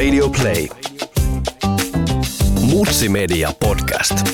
Radio Play. Mutsi Media Podcast.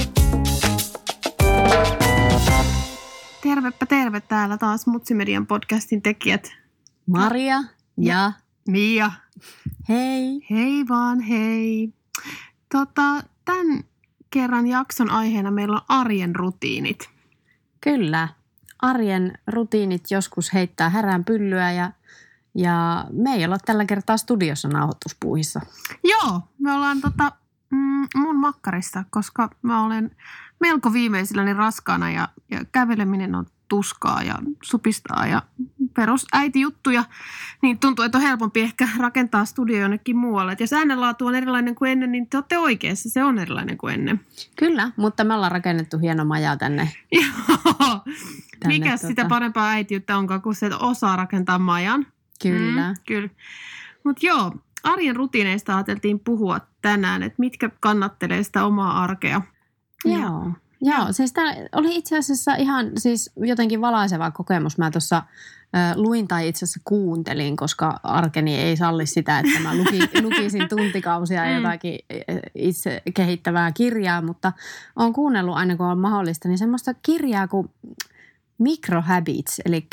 Tervepä terve, täällä taas Mutsi Median podcastin tekijät. Maria ja Mia. Hei. Hei vaan, hei. Tämän kerran jakson aiheena meillä on arjen rutiinit. Kyllä. Arjen rutiinit joskus heittää häränpyllyä ja me ei olla tällä kertaa studiossa nauhoituspuuhissa. Joo, me ollaan mun makkarissa, koska mä olen melko viimeisilläni raskaana ja käveleminen on tuskaa ja supistaa ja perusäitijuttuja, niin tuntuu, että on helpompi ehkä rakentaa studio jonnekin muualle. Et jos äänenlaatu on erilainen kuin ennen, niin te olette oikeassa, se on erilainen kuin ennen. Kyllä, mutta me ollaan rakennettu hieno maja tänne. Joo, mikä sitä parempaa äitiyttä onkaan, kun se osaa rakentaa majan. Kyllä. Kyllä. Mutta joo, arjen rutiineista ajateltiin puhua tänään, että mitkä kannattelee sitä omaa arkea. Joo, siis tämä oli itse asiassa ihan siis jotenkin valaiseva kokemus. Mä tuossa luin tai itse asiassa kuuntelin, koska arkeni ei salli sitä, että mä lukisin tuntikausia jotakin itse kehittävää kirjaa, mutta olen kuunnellut aina kun on mahdollista, niin semmoista kirjaa kuin Microhabits, eli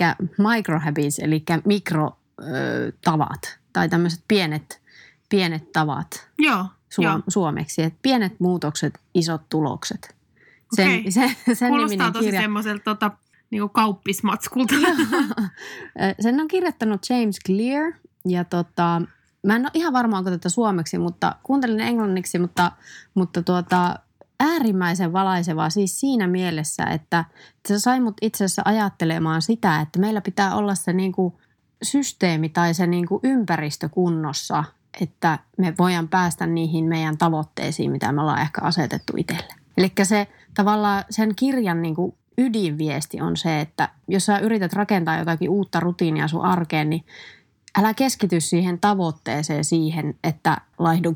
mikrotavat tai tämmöiset pienet tavat suomeksi. Että pienet muutokset, isot tulokset. Sen kuulostaa tosi semmoiselta niinku kauppismatskulta. Sen on kirjoittanut James Clear ja mä en ole ihan varma, onko tätä suomeksi, mutta kuuntelin englanniksi, mutta äärimmäisen valaisevaa siis siinä mielessä, että se sai mut itse asiassa ajattelemaan sitä, että meillä pitää olla se niinku systeemi tai se niinku ympäristö kunnossa, että me voidaan päästä niihin meidän tavoitteisiin, mitä me ollaan ehkä asetettu itselle. Eli se tavallaan sen kirjan niinku ydinviesti on se, että jos sä yrität rakentaa jotakin uutta rutiinia sun arkeen, niin älä keskity siihen tavoitteeseen siihen, että laihdun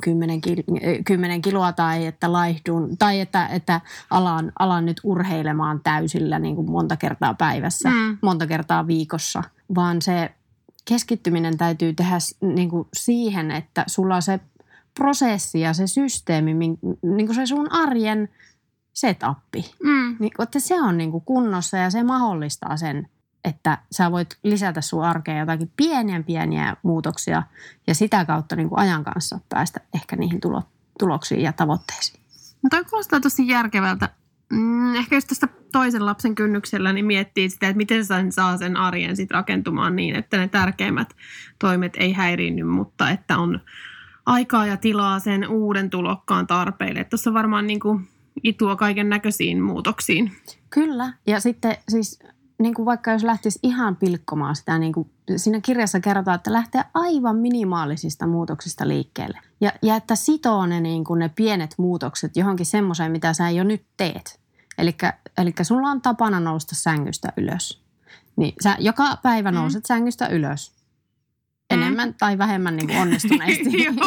10 kiloa tai että laihdun tai että alan nyt urheilemaan täysillä niin kuin monta kertaa päivässä, monta kertaa viikossa, vaan se keskittyminen täytyy tehdä niin kuin siihen, että sulla on se prosessi ja se systeemi, niin kuin se sun arjen setappi, niin, että se on niin kuin kunnossa ja se mahdollistaa sen, että sä voit lisätä sun arkeen jotakin pieniä muutoksia ja sitä kautta niin kuin ajan kanssa päästä ehkä niihin tuloksiin ja tavoitteisiin. Toi kuulostaa tosi järkevältä. Ehkä jos tästä toisen lapsen kynnyksellä niin miettii sitä, että miten sen saa sen arjen sit rakentumaan niin, että ne tärkeimmät toimet ei häiriinny, mutta että on aikaa ja tilaa sen uuden tulokkaan tarpeille. Tuossa on varmaan niin kuin itua kaiken näköisiin muutoksiin. Kyllä. Ja sitten siis niin kuin vaikka jos lähtisi ihan pilkkomaan sitä, niin kuin siinä kirjassa kerrotaan, että lähtee aivan minimaalisista muutoksista liikkeelle. Ja että sitoo ne, niin kuin ne pienet muutokset johonkin semmoiseen, mitä sä jo nyt teet. Eli sulla on tapana nousta sängystä ylös. Niin sä joka päivä nouset sängystä ylös. Enemmän tai vähemmän niin kuin onnistuneesti.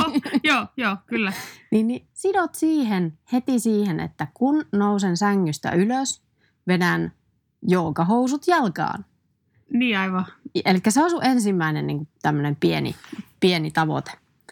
Joo, kyllä. Niin sidot heti siihen, että kun nousen sängystä ylös, vedän joogahousut jalkaan. Niin aivan. Eli se on sun ensimmäinen niin kuin tämmöinen pieni tavoite.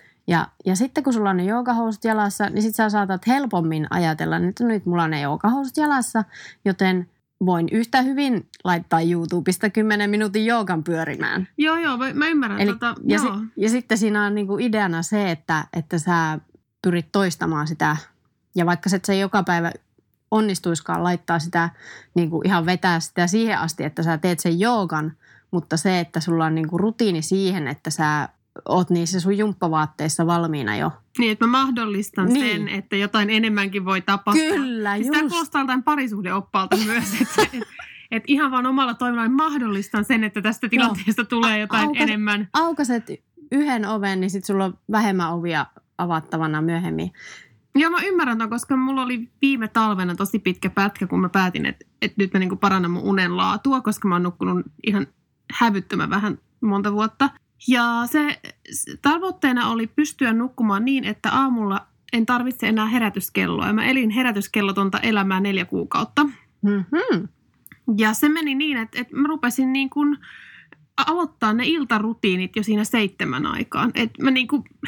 Ja sitten kun sulla on ne joogahousut jalassa, niin sit sä saatat helpommin ajatella, että nyt mulla on ne joogahousut jalassa, joten voin yhtä hyvin laittaa YouTubesta 10 minuutin joogan pyörimään. Joo, mä ymmärrän. Ja sitten siinä on niinku ideana se, että sä pyrit toistamaan sitä. Ja vaikka se joka päivä onnistuiskaan laittaa sitä, niinku ihan vetää sitä siihen asti, että sä teet sen joogan, mutta se, että sulla on niinku rutiini siihen, että sä oot niissä sun jumppavaatteissa valmiina jo. Niin, että mä mahdollistan sen, että jotain enemmänkin voi tapahtua. Kyllä, just. Sitä kuulostaa jotain parisuhdeoppaalta myös, että ihan vaan omalla toiminnalla mahdollistan sen, että tästä tilanteesta tulee jotain enemmän. Aukaset yhden oven, niin sit sulla on vähemmän ovia avattavana myöhemmin. Joo, mä ymmärrän ton, koska mulla oli viime talvena tosi pitkä pätkä, kun mä päätin, että nyt mä niinku parannan mun unen laatua, koska mä oon nukkunut ihan hävyttömän vähän monta vuotta. Ja se tavoitteena oli pystyä nukkumaan niin, että aamulla en tarvitse enää herätyskelloa. Ja mä elin herätyskellotonta elämää 4 kuukautta. Mm-hmm. Ja se meni niin, että mä rupesin niin kuin aloittaa ne iltarutiinit jo siinä 7 aikaan. Että mä niin kuin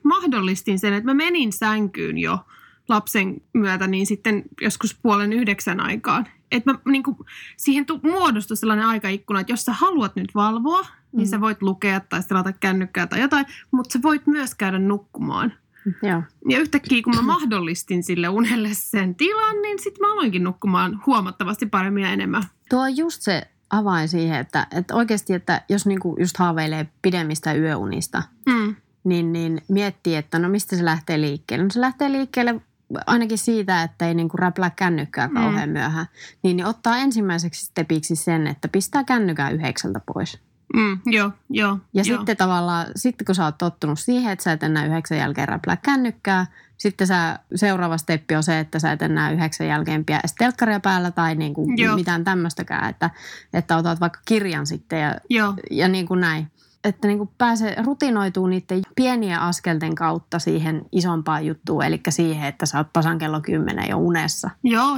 mahdollistin sen, että mä menin sänkyyn jo lapsen myötä niin sitten joskus 8:30 aikaan. Että mä niin kuin, siihen muodostui sellainen aikaikkuna, että jos sä haluat nyt valvoa, niin sä voit lukea tai selata kännykkää tai jotain, mutta sä voit myös käydä nukkumaan. Joo. Ja yhtäkkiä kun mä mahdollistin sille unelle sen tilan, niin sitten mä aloinkin nukkumaan huomattavasti paremmin ja enemmän. Tuo on just se avain siihen, että oikeasti, että jos niinku just haaveilee pidemmistä yöunista, niin miettii, että no mistä se lähtee liikkeelle. No se lähtee liikkeelle ainakin siitä, että ei niinku räplää kännykkää kauhean myöhään. Niin ottaa ensimmäiseksi stepiksi sen, että pistää kännykää 9 pois. Joo. Ja sitten tavallaan, sitten kun sä oot tottunut siihen, että sä et enää 9 jälkeen räplää kännykkää, sitten seuraava steppi on se, että sä et enää 9 jälkeen pidä telkkaria päällä tai niinku mitään tämmöistäkään, että otat vaikka kirjan sitten ja niin kuin näin. Että niin kuin pääsee rutinoitumaan niiden pieniä askelten kautta siihen isompaan juttuun, eli siihen, että sä oot tasan kello 10 jo unessa. Joo.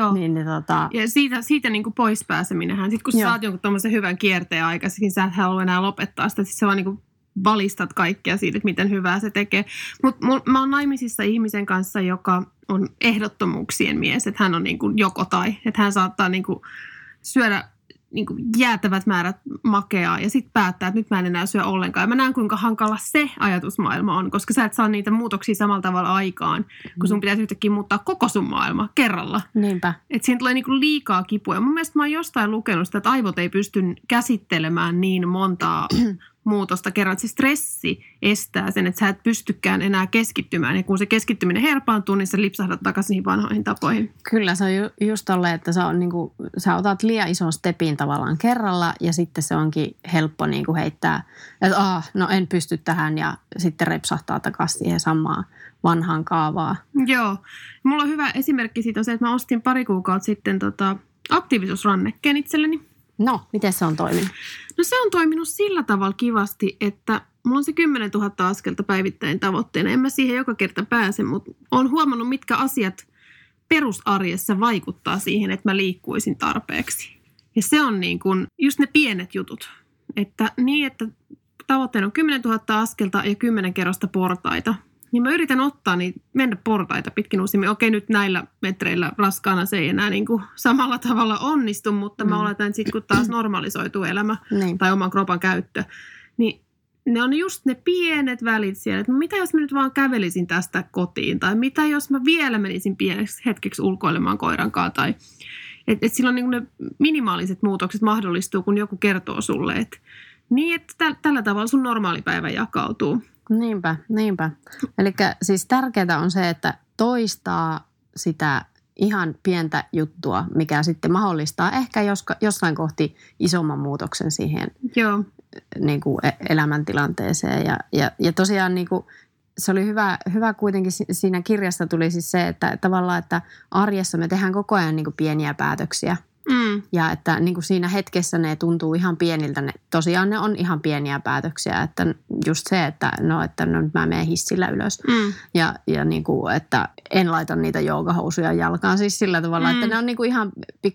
Ja siitä niin kuin pois pääseminenhän. Sitten kun sä saat jonkun tommoisen hyvän kierteen aikaisemmin, sä et halua enää lopettaa sitä. Sitten sä vaan niin kuin valistat kaikkea siitä, että miten hyvää se tekee. Mutta mä oon naimisissa ihmisen kanssa, joka on ehdottomuuksien mies. Että hän on niin kuin joko tai. Että hän saattaa niin kuin syödä niin kuin jäätävät määrät makeaa ja sitten päättää, että nyt mä en enää syö ollenkaan. Ja mä näen, kuinka hankala se ajatusmaailma on, koska sä et saa niitä muutoksia samalla tavalla aikaan, kun sun pitäisi yhtäkkiä muuttaa koko sun maailma kerralla. Niinpä. Että siinä tulee niin kuin liikaa kipua. Ja mun mielestä mä oon jostain lukenut sitä, että aivot ei pysty käsittelemään niin montaa muutosta kerran. Että se stressi estää sen, että sä et pystykään enää keskittymään. Ja kun se keskittyminen herpaantuu, niin sä lipsahdat takaisin niihin vanhoihin tapoihin. Kyllä, se on just tolleen, että sä otat liian ison stepin tavallaan kerralla ja sitten se onkin helppo niin kuin heittää, että no en pysty tähän ja sitten repsahtaa takaisin siihen samaan vanhaan kaavaan. Joo. Mulla on hyvä esimerkki siitä on se, että mä ostin pari kuukautta sitten aktiivisuusrannekkeen itselleni. No, miten se on toiminut? No se on toiminut sillä tavalla kivasti, että mulla on se 10 000 askelta päivittäin tavoitteena. En mä siihen joka kerta pääse, mutta olen huomannut, mitkä asiat perusarjessa vaikuttaa siihen, että mä liikkuisin tarpeeksi. Ja se on niin kuin just ne pienet jutut. Että tavoitteena on 10 000 askelta ja 10 kerrosta portaita. Niin mä yritän ottaa mennä portaita pitkin uusimmin. Okei, nyt näillä metreillä raskaana se ei enää niin kuin samalla tavalla onnistu, mutta mä oletan, että sitten kun taas normalisoituu elämä tai oman kropan käyttö, niin ne on just ne pienet välit siellä. Että mitä jos mä nyt vaan kävelisin tästä kotiin? Tai mitä jos mä vielä menisin pieneksi hetkeksi ulkoilemaan koiran kanssa? Tai että silloin niin kuin ne minimaaliset muutokset mahdollistuu, kun joku kertoo sulle, että tällä tavalla sun normaali päivä jakautuu. Niinpä. Eli siis tärkeää on se, että toistaa sitä ihan pientä juttua, mikä sitten mahdollistaa ehkä jossain kohti isomman muutoksen siihen niin kuin elämäntilanteeseen. Ja tosiaan niin kuin, se oli hyvä kuitenkin siinä kirjassa tuli siis se, että tavallaan, että arjessa me tehdään koko ajan niin kuin pieniä päätöksiä. Ja että niin kuin siinä hetkessä ne tuntuu ihan pieniltä. Tosiaan ne on ihan pieniä päätöksiä, että just se, että nyt mä menen hissillä ylös. Ja niin kuin, että en laita niitä joogahousuja jalkaan. Siis sillä tavalla, että ne on niin kuin ihan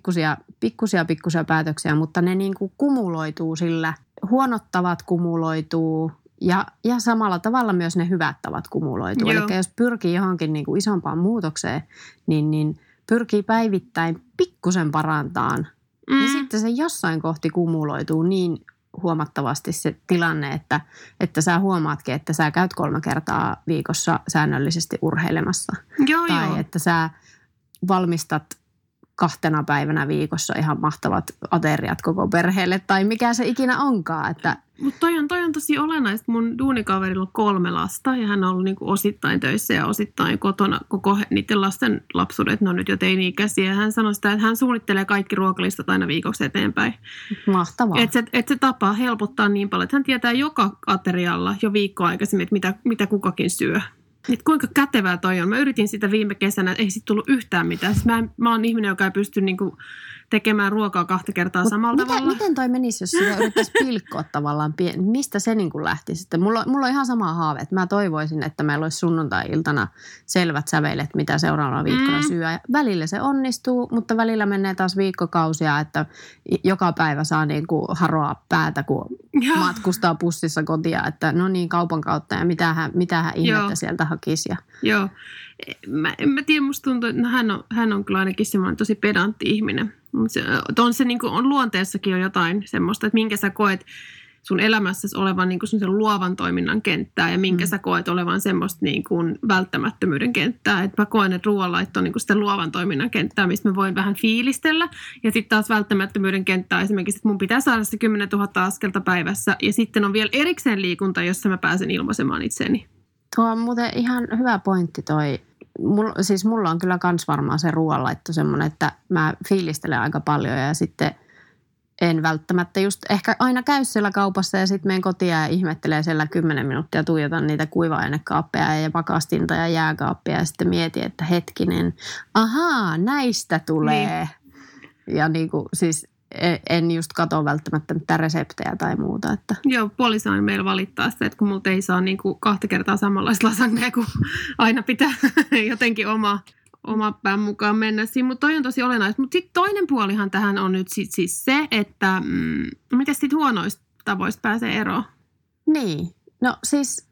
pikkusia päätöksiä, mutta ne niin kuin kumuloituu sillä. Huonot tavat kumuloituu ja samalla tavalla myös ne hyvät tavat kumuloituu. Eli jos pyrkii johonkin niin kuin isompaan muutokseen, niin pyrkii päivittäin pikkusen parantaan, niin sitten se jossain kohti kumuloituu niin huomattavasti se tilanne, että sä huomaatkin, että sä käyt 3 kertaa viikossa säännöllisesti urheilemassa. Tai että sä valmistat 2 päivänä viikossa ihan mahtavat ateriat koko perheelle tai mikä se ikinä onkaan. Mutta toi on tosi olennaista. Mun duunikaverilla on 3 lasta ja hän on ollut niinku osittain töissä ja osittain kotona koko niiden lasten lapsuudet. Ne on nyt jo teini-ikäisiä. Hän sanoi sitä, että hän suunnittelee kaikki ruokalistat aina viikoksi eteenpäin. Mahtavaa. Että se tapa helpottaa niin paljon, että hän tietää joka aterialla jo viikkoa aikaisemmin, että mitä kukakin syö. Että kuinka kätevää toi on. Mä yritin sitä viime kesänä, ei sit tullut yhtään mitään. Siis mä oon ihminen, joka ei pysty niinku tekemään ruokaa 2 kertaa samalla tavalla. Miten toi menisi, jos sitä yrittäisi pilkkoa tavallaan? Mistä se niin kuin lähtisi? Mulla on ihan sama haave, että mä toivoisin, että meillä olisi sunnuntai-iltana selvät säveilet, mitä seuraavana viikkona syö. Välillä se onnistuu, mutta välillä menee taas viikkokausia, että joka päivä saa niin kuin haroa päätä, kun matkustaa bussissa kotia, että no niin, kaupan kautta ja mitähän ihmettä sieltä hakisi. Joo. En mä tiedä, musta tuntuu, että hän on kyllä ainakin semmoinen tosi pedantti ihminen. Se niin kuin on luonteessakin jo jotain semmoista, että minkä sä koet sun elämässäsi olevan niin kuin semmoisen luovan toiminnan kenttää ja minkä sä koet olevan semmoista niin kuin välttämättömyyden kenttää. Että mä koen, että ruoanlaitto on niin kuin sitä luovan toiminnan kenttää, mistä mä voin vähän fiilistellä. Ja sitten taas välttämättömyyden kenttää esimerkiksi, että mun pitää saada se 10 000 askelta päivässä. Ja sitten on vielä erikseen liikunta, jossa mä pääsen ilmaisemaan itseni. Tuo on muuten ihan hyvä pointti toi. Mulla on kyllä kans varmaan se ruoanlaitto semmoinen, että mä fiilistelen aika paljon ja sitten en välttämättä just ehkä aina käy siellä kaupassa ja sitten menen kotiin ja ihmettelee siellä 10 minuuttia, tuijotan niitä kuiva-ainekaappeja ja pakastinta ja jääkaappia ja sitten mietin, että hetkinen, ahaa, näistä tulee. Niin. Ja niinku siis en just katso välttämättä mitään reseptejä tai muuta. Että. Joo, puolisoani meillä valittaa sitä, että kun multa ei saa niinku 2 kertaa samanlaista lasagnea, kun aina pitää jotenkin oma pään mukaan mennä siinä. Mutta toi on tosi olennaista. Mutta sitten toinen puolihan tähän on nyt siis se, että miten sitten huonoista tavoista pääsee eroon? Niin, no siis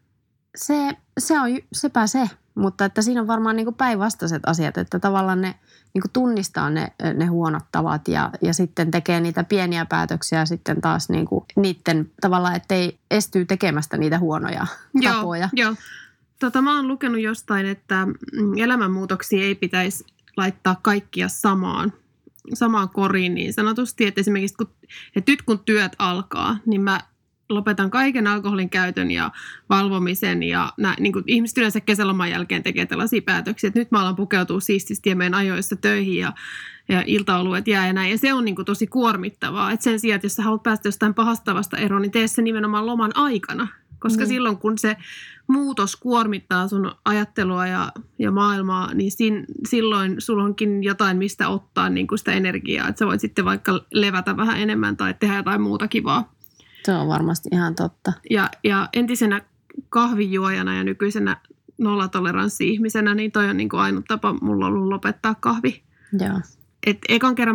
se on sepä se, mutta että siinä on varmaan niinku päinvastaiset asiat, että tavallaan ne niinku tunnistaa ne huonot tavat ja sitten tekee niitä pieniä päätöksiä sitten taas niinku niiden tavallaan, ettei estyy tekemästä niitä huonoja tapoja. Joo. Mä oon lukenut jostain, että elämänmuutoksia ei pitäisi laittaa kaikkia samaan koriin niin sanotusti. Että esimerkiksi että nyt kun työt alkaa, niin mä lopetan kaiken alkoholin käytön ja valvomisen ja niin kuin ihmiset yleensä kesäloman jälkeen tekee tällaisia päätöksiä, että nyt mä alan pukeutua siististi ja menen ajoissa töihin ja iltaoluet jää ja näin. Ja se on niin kuin tosi kuormittavaa, että sen sijaan, että jos sä haluat päästä jostain pahastavasta eroon, niin tee se nimenomaan loman aikana. Koska silloin, kun se muutos kuormittaa sun ajattelua ja maailmaa, niin silloin sulla onkin jotain, mistä ottaa niin kuin sitä energiaa. Että sä voit sitten vaikka levätä vähän enemmän tai tehdä jotain muuta kivaa. Se on varmasti ihan totta. Ja entisenä kahvijuojana ja nykyisenä nollatoleranssi-ihmisenä, niin toi on niin kuin ainut tapa mulla ollut lopettaa kahvi. Joo. Ekan kerran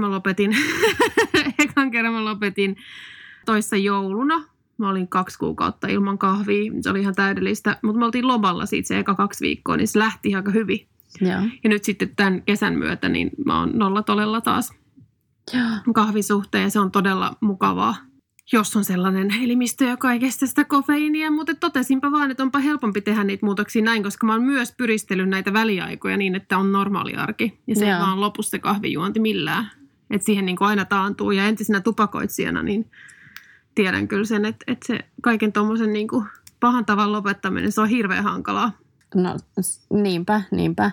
mä lopetin toissa jouluna. Mä olin 2 kuukautta ilman kahvia. Se oli ihan täydellistä. Mutta me oltiin lomalla siitä se eka 2 viikkoa, niin se lähti aika hyvin. Joo. Ja nyt sitten tämän kesän myötä, niin mä oon nollatolella taas kahvisuhteen. Ja se on todella mukavaa, jos on sellainen elimistö, joka ei kestä sitä kofeiinia. Mutta totesinpä vaan, että onpa helpompi tehdä niitä muutoksia näin, koska mä oon myös pyristellyt näitä väliaikoja niin, että on normaali arki. Ja se ei vaan lopu se kahvijuonti millään. Että siihen niin kuin aina taantuu. Ja entisenä tupakoitsijana, niin tiedän kyllä sen, että se kaiken tuommoisen niin kuin pahan tavan lopettaminen, se on hirveän hankalaa. No niinpä.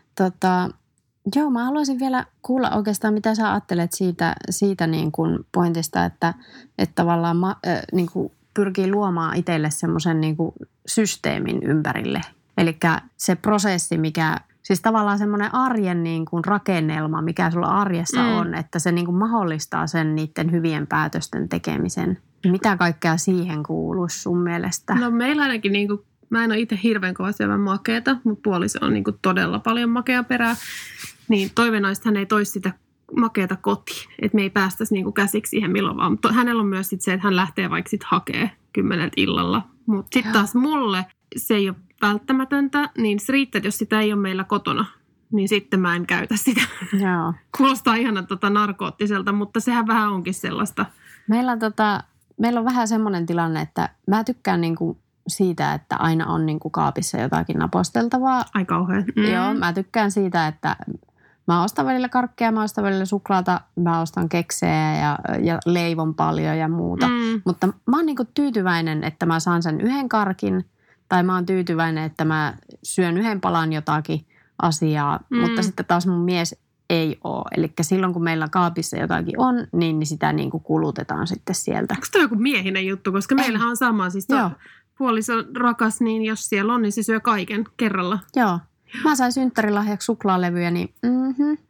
Joo, mä haluaisin vielä kuulla oikeastaan, mitä sä ajattelet siitä niin kuin pointista, että tavallaan niin kuin pyrkii luomaan itselle semmoisen niin kuin systeemin ympärille. Eli se prosessi, siis tavallaan semmoinen arjen niin kuin rakennelma, mikä sulla arjessa on, että se niin kuin mahdollistaa sen niiden hyvien päätösten tekemisen. Mitä kaikkea siihen kuuluisi sun mielestä? No meillä ainakin, niin kuin, mä en ole itse hirveän kova syövän makeata, mutta puoliso on niin kuin todella paljon makea perää. Niin toiveena, että hän ei toisi sitä makeata kotiin, että me ei päästäisi niin kuin käsiksi siihen milloin vaan. Mutta hänellä on myös sit se, että hän lähtee vaikka sit hakee 10 illalla. Mutta sitten taas mulle se ei ole välttämätöntä, niin se riittää, että jos sitä ei ole meillä kotona, niin sitten mä en käytä sitä. Joo. Kuulostaa ihanan narkoottiselta, mutta sehän vähän onkin sellaista. Meillä on vähän semmoinen tilanne, että mä tykkään niinku siitä, että aina on niinku kaapissa jotakin naposteltavaa. Ai kauhean. Joo, mä tykkään siitä, että mä ostan välillä karkkeja, mä ostan välillä suklaata, mä ostan keksejä ja leivon paljon ja muuta. Mutta mä oon niinku tyytyväinen, että mä saan sen 1 karkin tai mä oon tyytyväinen, että mä syön 1 palan jotakin asiaa, mutta sitten taas mun mies ei ole. Eli silloin, kun meillä kaapissa jotakin on, niin sitä niin kuin kulutetaan sitten sieltä. Onko tämä joku miehinen juttu? Koska meillähän on sama. Siis puoliso rakas, niin jos siellä on, niin se syö kaiken kerralla. Joo. Mä sain synttärilahjaksi suklaalevyjä, niin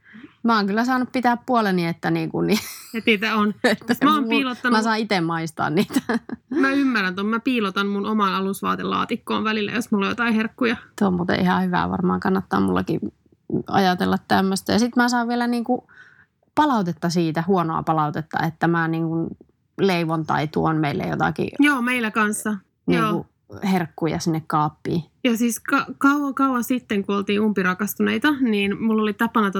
Mä oon kyllä saanut pitää puoleni, että niinku niin. Että niitä on. Mä oon piilottanut. Mä saan itse maistaa niitä. Mä ymmärrän ton. Mä piilotan mun oman alusvaatelaatikkoon välillä, jos mulla on jotain herkkuja. Tuo on muuten ihan hyvää. Varmaan kannattaa mullakin ajatella tämmöistä. Ja sitten mä saan vielä niinku palautetta siitä, huonoa palautetta, että mä niinku leivon tai tuon meille jotakin. Joo, meillä kanssa. Niinku herkkuja sinne kaappiin. Ja siis kauan sitten, kun oltiin umpirakastuneita, niin mulla oli tapana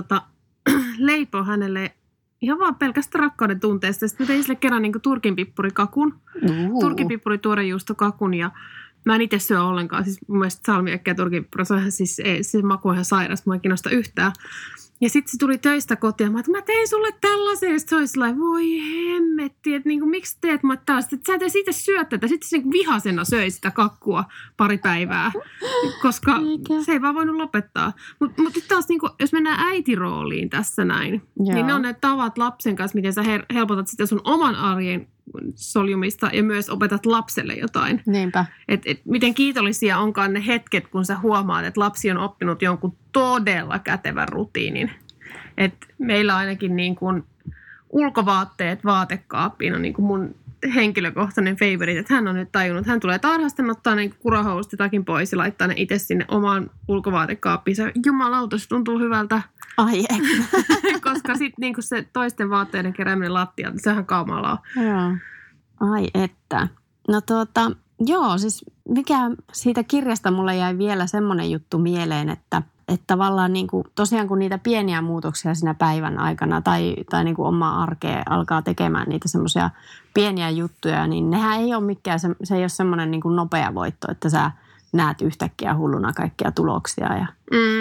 leipoa hänelle ihan vaan pelkästä rakkauden tunteesta. Sitten mä tein sille kerran niin turkinpippurikakun. Turkinpippuri tuorejuustokakun ja mä en itse syö ollenkaan. Siis mun mielestä salmiakki ja turkinpippuri, se maku on ihan sairas, mua ei kiinnosta yhtään. Ja sitten se tuli töistä kotiin ja mä tein sulle tällaisen. Ja se oli sellainen, voi hemmetti, että niinku, miksi teet mä tällaista, että sä et siitä syö tätä. Sitten se niinku vihasena söi sitä kakkua pari päivää, koska se ei vaan voinut lopettaa. Mutta nyt taas, niinku, jos mennään äitirooliin tässä näin, niin ne on ne tavat lapsen kanssa, miten sä helpotat sitä sun oman arjen soljumista ja myös opetat lapselle jotain. Niinpä. Et miten kiitollisia onkaan ne hetket, kun sä huomaat, että lapsi on oppinut jonkun todella kätevän rutiinin. Et meillä ainakin niin kuin ulkovaatteet vaatekaappiin on niin kuin mun henkilökohtainen favorite. Että hän on nyt tajunnut, että hän tulee tarhasta, ottaa niin kurahousut ja takin pois ja laittaa ne itse sinne omaan ulkovaatekaappiinsa. Jumalauta, se tuntuu hyvältä. Ai koska sitten niin se toisten vaatteiden kerääminen lattialta, sehän kamalaa. Joo. Ai että. No joo, siis mikä siitä kirjasta mulle jäi vielä semmoinen juttu mieleen, että tavallaan niin kuin, tosiaan kun niitä pieniä muutoksia siinä päivän aikana tai niin kuin omaa arkea alkaa tekemään niitä semmoisia pieniä juttuja, niin nehän ei ole mikään, se ei ole semmoinen niin kuin nopea voitto, että sä näet yhtäkkiä hulluna kaikkia tuloksia. Ja,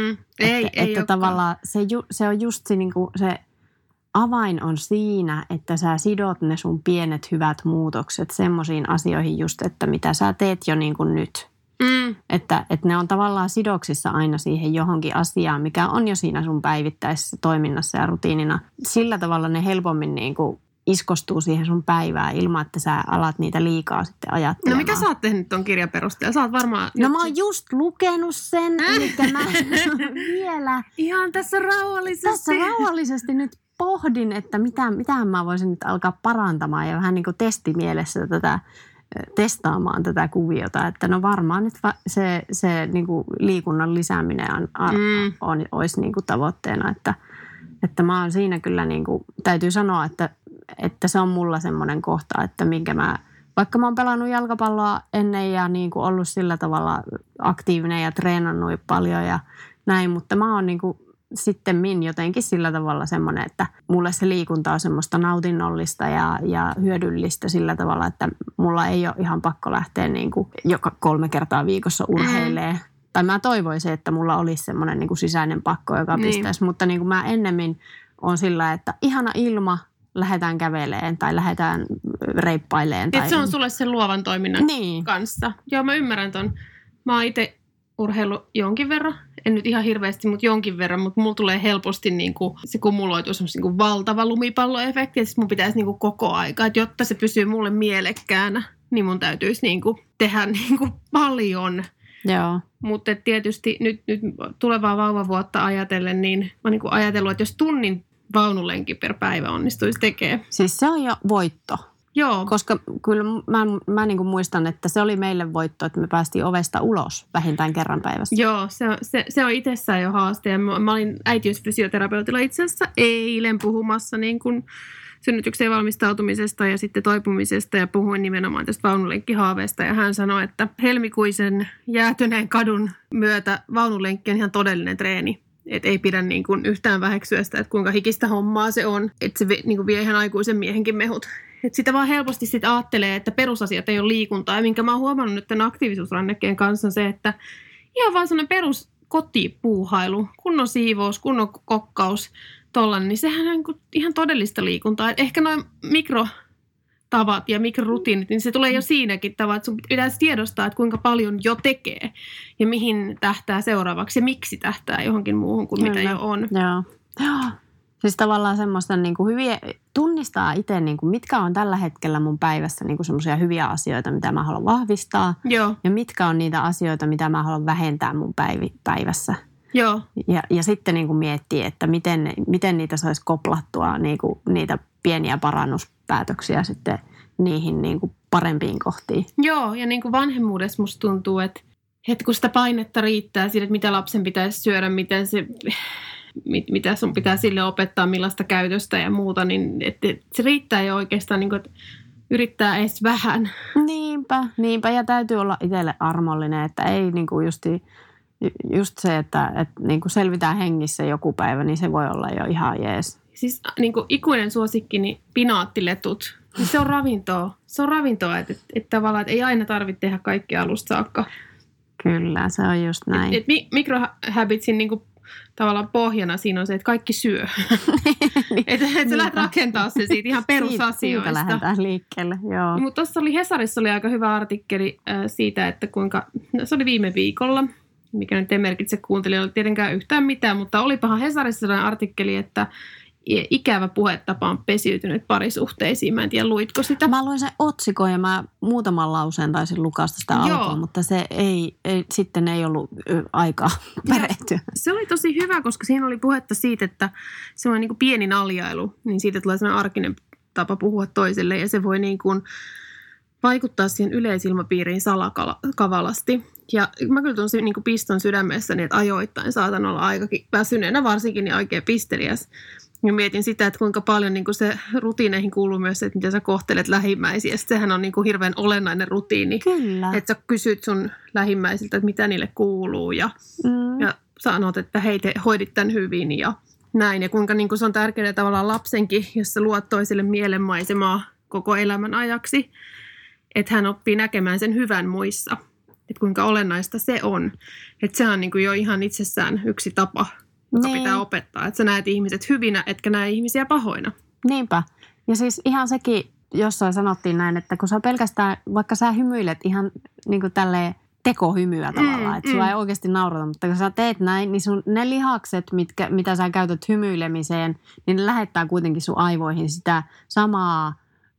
että tavallaan se on just se avain on siinä, että sä sidot ne sun pienet hyvät muutokset semmoisiin asioihin just, että mitä sä teet jo niin kuin nyt. Että ne on tavallaan sidoksissa aina siihen johonkin asiaan, mikä on jo siinä sun päivittäisessä toiminnassa ja rutiinina. Sillä tavalla ne helpommin niin kuin iskostuu siihen sun päivään ilman, että sä alat niitä liikaa sitten ajattelemaan. No mitä sä oot tehnyt ton kirjan perusteella? Sä oot varmaan... No mä oon just lukenut sen, eli mä vielä... Ihan tässä rauhallisesti. Tässä rauhallisesti nyt pohdin, että mitä mä voisin nyt alkaa parantamaan ja vähän niin kuin testimielessä testaamaan tätä kuviota. Että no varmaan nyt se niin kuin liikunnan lisääminen olisi niin kuin tavoitteena, että mä oon siinä kyllä niin kuin, täytyy sanoa, että se on mulla semmoinen kohta, että vaikka mä oon pelannut jalkapalloa ennen ja niin kuin ollut sillä tavalla aktiivinen ja treenannut paljon ja näin, mutta mä oon niin kuin sittemmin jotenkin sillä tavalla semmoinen, että mulle se liikunta on semmoista nautinnollista ja hyödyllistä sillä tavalla, että mulla ei ole ihan pakko lähteä niin kuin joka 3 kertaa viikossa urheilemaan. Tai mä toivoisin, että mulla olisi semmoinen niin kuin sisäinen pakko, joka pistäisi, mutta niin kuin mä ennemmin on sillä, että ihana ilma, lähdetään käveleen tai lähdetään reippaileen. Että se on sulle sen luovan toiminnan kanssa. Joo, mä ymmärrän ton. Mä oon itse urheilu jonkin verran. En nyt ihan hirveästi, mutta jonkin verran. Mutta mulla tulee helposti niinku, se kumuloituu semmoista niinku valtava lumipalloefekti. Että mun pitäisi niinku koko aika. Että jotta se pysyy mulle mielekkäänä, niin mun täytyisi niinku tehdä niinku paljon. Joo. Mutta tietysti nyt tulevaa vauvavuotta ajatellen, niin mä oon niinku ajatellut, että jos tunnin vaunulenki per päivä onnistuisi tekemään. Siis se on jo voitto. Joo. Koska kyllä mä niin kuin muistan, että se oli meille voitto, että me päästiin ovesta ulos vähintään kerran päivässä. Joo, se on itsessään jo haaste. Ja mä olin äitiysfysioterapeutilla itse asiassa eilen puhumassa niin kuin synnytykseen valmistautumisesta ja sitten toipumisesta ja puhuin nimenomaan tästä vaunulenkkihaaveesta. Ja hän sanoi, että helmikuisen jäätyneen kadun myötä vaunulenkki on ihan todellinen treeni. Että ei pidä niin kuin yhtään väheksyä sitä, että kuinka hikistä hommaa se on. Että se niin kuin vie ihan aikuisen miehenkin mehut. Että sitä vaan helposti sitten ajattelee, että perusasiat ei ole liikuntaa. Ja minkä mä oon huomannut nyt tämän aktiivisuusrannekkeen kanssa on se, että ihan vaan sellainen perus kotipuuhailu, kunnon siivous, kunnon kokkaus, tollainen, niin sehän on ihan todellista liikuntaa. Et ehkä noin mikrotavat ja mikrorutiinit, niin se tulee jo siinäkin tavalla, että sun pitäisi tiedostaa, että kuinka paljon jo tekee ja mihin tähtää seuraavaksi ja miksi tähtää johonkin muuhun kuin mitä jo on. Joo. Siis tavallaan semmoista niin kuin hyviä, tunnistaa itse, niin kuin mitkä on tällä hetkellä mun päivässä niin kuin semmoisia hyviä asioita, mitä mä haluan vahvistaa. Joo. Ja mitkä on niitä asioita, mitä mä haluan vähentää mun päivässä. Joo. Ja sitten niin kuin miettii, että miten niitä saisi koplattua, niin kuin niitä pieniä parannuspäätöksiä sitten niihin niin kuin parempiin kohtiin. Joo, ja niin kuin vanhemmuudessa musta tuntuu, että kun sitä painetta riittää siitä, että mitä lapsen pitäisi syödä, mitä sun pitää sille opettaa, millaista käytöstä ja muuta, niin että se riittää jo oikeastaan, niin kuin, että yrittää edes vähän. Niinpä. Ja täytyy olla itselle armollinen, että ei niin kuin just se, että niin kuin selvitään hengissä joku päivä, niin se voi olla jo ihan jees. Siis niin kuin ikuinen suosikki, niin pinaattiletut. Se on ravintoa. Se on ravintoa, että tavallaan että ei aina tarvitse tehdä kaikkea alusta saakka. Kyllä, se on just näin. Microhabitsin niin kuin tavallaan pohjana siinä on se, että kaikki syö. Että sä lähdet rakentaa se siitä ihan perusasioista. Siitä lähdetään liikkeelle, joo. Mutta tuossa Hesarissa oli aika hyvä artikkeli siitä, että kuinka, se oli viime viikolla, mikä nyt ei merkitse kuuntelijoille tietenkään yhtään mitään, mutta olipahan Hesarissa sellainen artikkeli, että ikävä puhetapa on pesiytynyt parisuhteisiin. Mä en tiedä, luitko sitä? Mä luin sen otsikon ja mä muutaman lauseen taisin lukasta sitä alkuun, mutta se sitten ei ollut aikaa perehtyä. Se oli tosi hyvä, koska siinä oli puhetta siitä, että se on niin kuin pieni naljailu, niin siitä tulee sellainen arkinen tapa puhua toiselle ja se voi niin kuin vaikuttaa siihen yleisilmapiiriin salakavalasti. Ja mä kyllä tunsin niin kuin piston sydämessäni, että ajoittain saatan olla aikakin väsyneenä varsinkin niin oikein pisteliäs. Ja mietin sitä, että kuinka paljon niin kuin se rutiineihin kuuluu myös se, että miten sä kohtelet lähimmäisiä. Sehän on niin kuin hirveän olennainen rutiini. Kyllä. Että sä kysyt sun lähimmäisiltä, että mitä niille kuuluu ja sanot, että hei, te hoidit tämän hyvin ja näin. Ja kuinka niin kuin se on tärkeää tavallaan lapsenkin, jos sä luot toiselle mielenmaisemaa koko elämän ajaksi. Että hän oppii näkemään sen hyvän muissa. Että kuinka olennaista se on. Että se on niin kuin jo ihan itsessään yksi tapa, joka pitää opettaa. Että sä näet ihmiset hyvinä, etkä näe ihmisiä pahoina. Niinpä. Ja siis ihan sekin, jossain sanottiin näin, että kun sä pelkästään, vaikka sä hymyilet ihan niin kuin tälleen tekohymyä tavallaan, että sua ei oikeasti naurata, mutta kun sä teet näin, niin sun ne lihakset, mitä sä käytät hymyilemiseen, niin ne lähettää kuitenkin sun aivoihin sitä samaa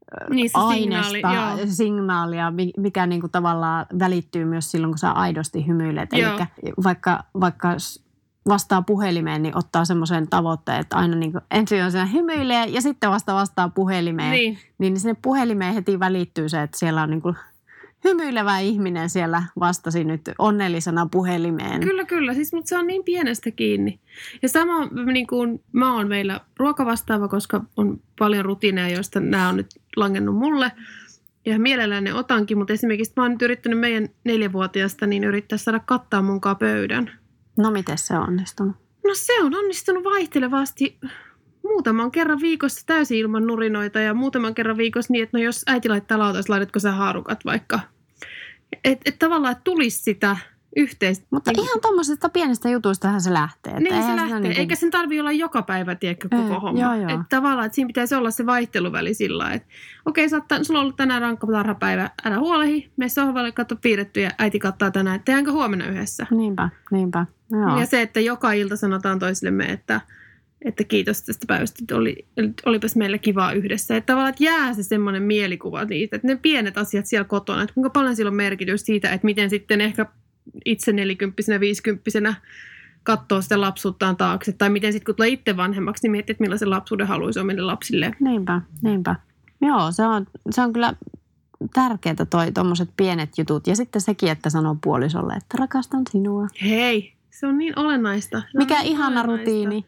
signaalia, mikä niinku tavallaan välittyy myös silloin, kun sä aidosti hymyilet. Eli vaikka vastaa puhelimeen, niin ottaa semmoisen tavoitteen, että aina niinku ensin on siinä hymyilee ja sitten vastaa puhelimeen. Niin sinne puhelimeen heti välittyy se, että siellä on niinku hymyilevä ihminen siellä vastasi nyt onnellisena puhelimeen. Kyllä. Siis, mutta se on niin pienestä kiinni. Ja sama niin kuin mä oon meillä ruokavastaava, koska on paljon rutiineja, joista nämä on nyt langennut mulle. Ja mielellään ne otankin, mutta esimerkiksi mä oon nyt yrittänyt meidän 4-vuotiaasta niin yrittää saada kattaa munkaan pöydän. No miten se on onnistunut? No se on onnistunut vaihtelevasti muutaman kerran viikossa täysin ilman nurinoita ja muutaman kerran viikossa niin, että no jos äiti laittaa lautas, laitatko sä haarukat vaikka. Että tavallaan että tulisi sitä yhteistä. Mutta ihan tuommoisesta pienestä jutuistahan se lähtee. Niin se lähtee. Niin eikä sen tarvitse olla joka päivä, tiedätkö, koko homma. Joo. Että tavallaan, että siinä pitäisi olla se vaihteluväli sillä lailla, että okei, sulla on ollut tänään rankka tarhapäivä, älä huolehi, mene sohvalle, katso piirretty ja äiti kattaa tänään, että tehdäänkö huomenna yhdessä. Niinpä. Joo. Ja se, että joka ilta sanotaan toisillemme, että kiitos tästä päivästä, että olipas meillä kivaa yhdessä. Että tavallaan että jää se semmoinen mielikuva niitä, että ne pienet asiat siellä kotona, että kuinka paljon sillä on merkitys siitä, että miten sitten ehkä itse 40-vuotiaana, 50-vuotiaana katsoo sitä lapsuuttaan taakse. Tai miten sitten kun tulee itse vanhemmaksi, niin miettii, että millaisen lapsuuden haluaisi omille lapsille. Niinpä. Joo, se on kyllä tärkeää tuommoiset pienet jutut. Ja sitten sekin, että sanoo puolisolle, että rakastan sinua. Hei, se on niin olennaista. Mikä ihana rutiini.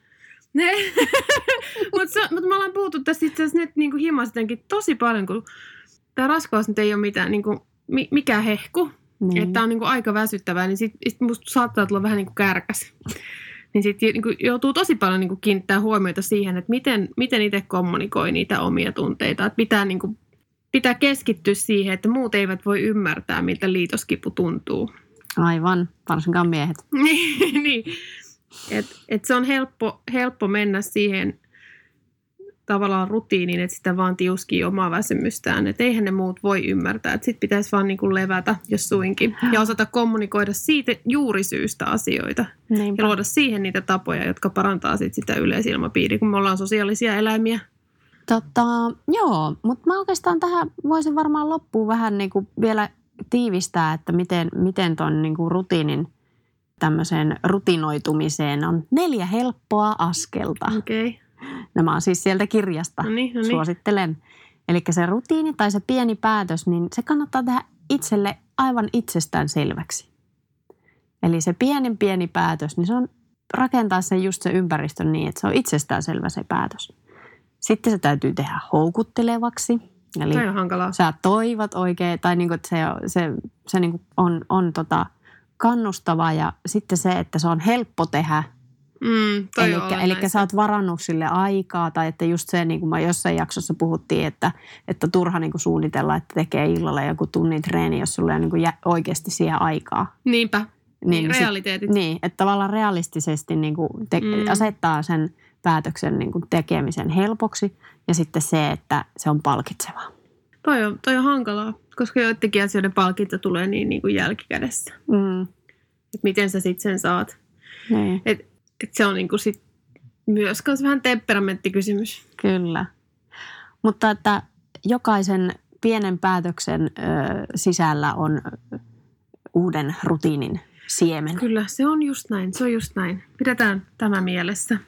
Mutta me ollaan puhuttu tästä itse asiassa nyt niin himaistenkin tosi paljon, kun tämä raskaus nyt ei ole mitään niin kuin, mikään hehku. Niin. Että on niin kuin aika väsyttävää, niin sit musta saattaa tulla vähän niin kuin kärkäs. Niin sitten niin joutuu tosi paljon niin kuin kiinnittää huomiota siihen, että miten itse kommunikoi niitä omia tunteita. Että pitää keskittyä siihen, että muut eivät voi ymmärtää, miltä liitoskipu tuntuu. Aivan, varsinkaan miehet. Niin. Et se on helppo mennä siihen tavallaan rutiiniin, että sitä vaan tiuskii omaa väsymystään. Että eihän ne muut voi ymmärtää. Että sit pitäisi vaan niin kuin levätä, jos suinkin. Ja osata kommunikoida siitä juurisyystä asioita. Niinpä. Ja luoda siihen niitä tapoja, jotka parantaa sitä yleisilmapiiriä, kun me ollaan sosiaalisia eläimiä. Joo, mutta mä oikeastaan tähän voisin varmaan loppuun vähän niin kuin vielä tiivistää, että miten ton niin kuin rutiinin tämmöiseen rutinoitumiseen on 4 helppoa askelta. Okei. Okay. Nämä on siis sieltä kirjasta. No niin. Suosittelen. Eli se rutiini tai se pieni päätös, niin se kannattaa tehdä itselle aivan itsestään selväksi. Eli se pieni päätös, niin se on rakentaa sen just se ympäristön niin, että se on itsestään selvä se päätös. Sitten se täytyy tehdä houkuttelevaksi. Eli se on hankalaa. Sä toivot oikein, tai niinku, että se niinku on kannustava ja sitten se, että se on helppo tehdä. Eli sä oot varannut sille aikaa tai että just se, niin kuin mä jossain jaksossa puhuttiin, että turha niin kuin suunnitella, että tekee illalla joku tunnin treeni, jos sulla ei niin kuin oikeasti siihen aikaa. Niinpä. Niin, realiteetit. Niin, että tavallaan realistisesti niin kuin asettaa sen päätöksen niin kuin tekemisen helpoksi ja sitten se, että se on palkitsevaa. Toi on hankalaa, koska joidenkin asioiden palkinto tulee niin kuin jälkikädessä. Että miten sä sitten sen saat. Niin. Et se on niinku sit myös vähän temperamenttikysymys. Kyllä. Mutta että jokaisen pienen päätöksen sisällä on uuden rutiinin siemen. Kyllä, se on just näin. Pidetään tämä mielessä.